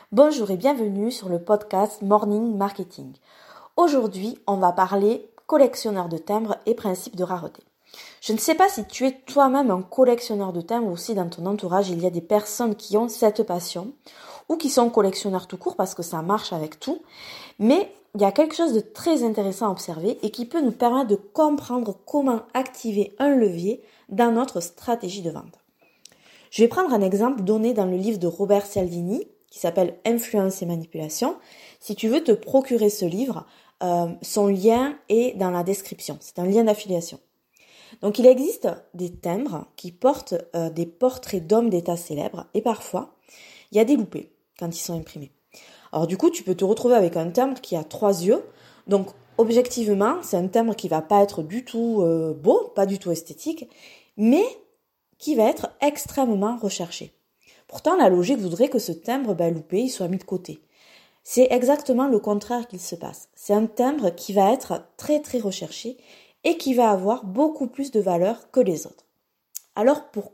Bonjour et bienvenue sur le podcast Morning Marketing. Aujourd'hui, on va parler collectionneur de timbres et principe de rareté. Je ne sais pas si tu es toi-même un collectionneur de timbres ou si dans ton entourage il y a des personnes qui ont cette passion ou qui sont collectionneurs tout court parce que ça marche avec tout, mais il y a quelque chose de très intéressant à observer et qui peut nous permettre de comprendre comment activer un levier dans notre stratégie de vente. Je vais prendre un exemple donné dans le livre de Robert Cialdini qui s'appelle Influence et manipulation. Si tu veux te procurer ce livre, son lien est dans la description. C'est un lien d'affiliation. Donc il existe des timbres qui portent des portraits d'hommes d'État célèbres et parfois il y a des loupés quand ils sont imprimés. Alors du coup tu peux te retrouver avec un timbre qui a 3 yeux. Donc objectivement c'est un timbre qui va pas être du tout beau, pas du tout esthétique, mais qui va être extrêmement recherché. Pourtant, la logique voudrait que ce timbre loupé il soit mis de côté. C'est exactement le contraire qu'il se passe. C'est un timbre qui va être très très recherché et qui va avoir beaucoup plus de valeur que les autres. Alors pourquoi ?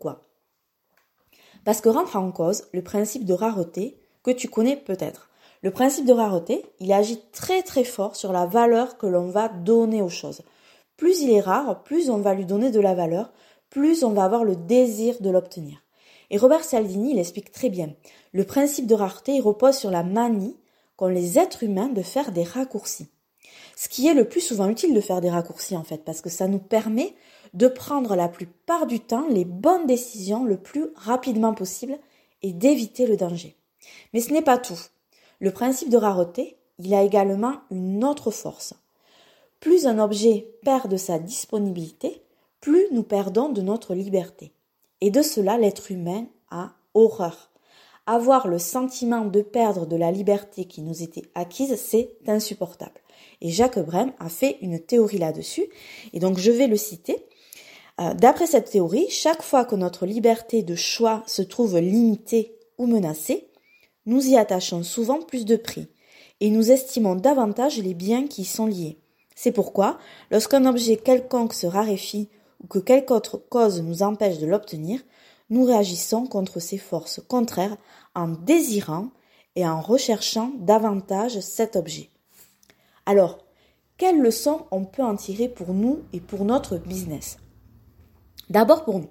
Parce que rentre en cause le principe de rareté que tu connais peut-être. Le principe de rareté, il agit très très fort sur la valeur que l'on va donner aux choses. Plus il est rare, plus on va lui donner de la valeur, plus on va avoir le désir de l'obtenir. Et Robert Cialdini, il explique très bien. Le principe de rareté, il repose sur la manie qu'ont les êtres humains de faire des raccourcis. Ce qui est le plus souvent utile de faire des raccourcis en fait, parce que ça nous permet de prendre la plupart du temps les bonnes décisions le plus rapidement possible et d'éviter le danger. Mais ce n'est pas tout. Le principe de rareté, il a également une autre force. Plus un objet perd de sa disponibilité, plus nous perdons de notre liberté. Et de cela, l'être humain a horreur. Avoir le sentiment de perdre de la liberté qui nous était acquise, c'est insupportable. Et Jacques Brem a fait une théorie là-dessus, et donc je vais le citer. D'après cette théorie, chaque fois que notre liberté de choix se trouve limitée ou menacée, nous y attachons souvent plus de prix, et nous estimons davantage les biens qui y sont liés. C'est pourquoi, lorsqu'un objet quelconque se raréfie ou que quelque autre cause nous empêche de l'obtenir, nous réagissons contre ces forces contraires en désirant et en recherchant davantage cet objet. Alors, quelles leçons on peut en tirer pour nous et pour notre business ? D'abord pour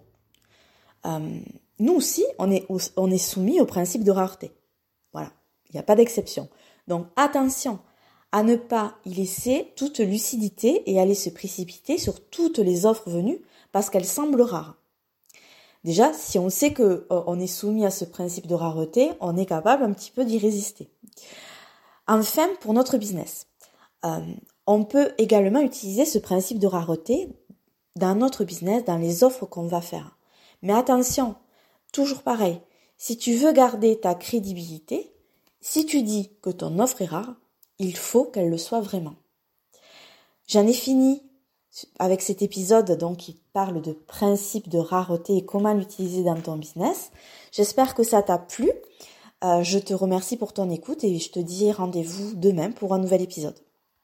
nous. Nous aussi, on est soumis au principe de rareté. Voilà, il n'y a pas d'exception. Donc attention à ne pas y laisser toute lucidité et aller se précipiter sur toutes les offres venues parce qu'elles semblent rares. Déjà, si on sait qu'on est soumis à ce principe de rareté, on est capable un petit peu d'y résister. Enfin, pour notre business, on peut également utiliser ce principe de rareté dans notre business, dans les offres qu'on va faire. Mais attention, toujours pareil, si tu veux garder ta crédibilité, si tu dis que ton offre est rare, il faut qu'elle le soit vraiment. J'en ai fini avec cet épisode donc qui parle de principe de rareté et comment l'utiliser dans ton business. J'espère que ça t'a plu. Je te remercie pour ton écoute et je te dis rendez-vous demain pour un nouvel épisode.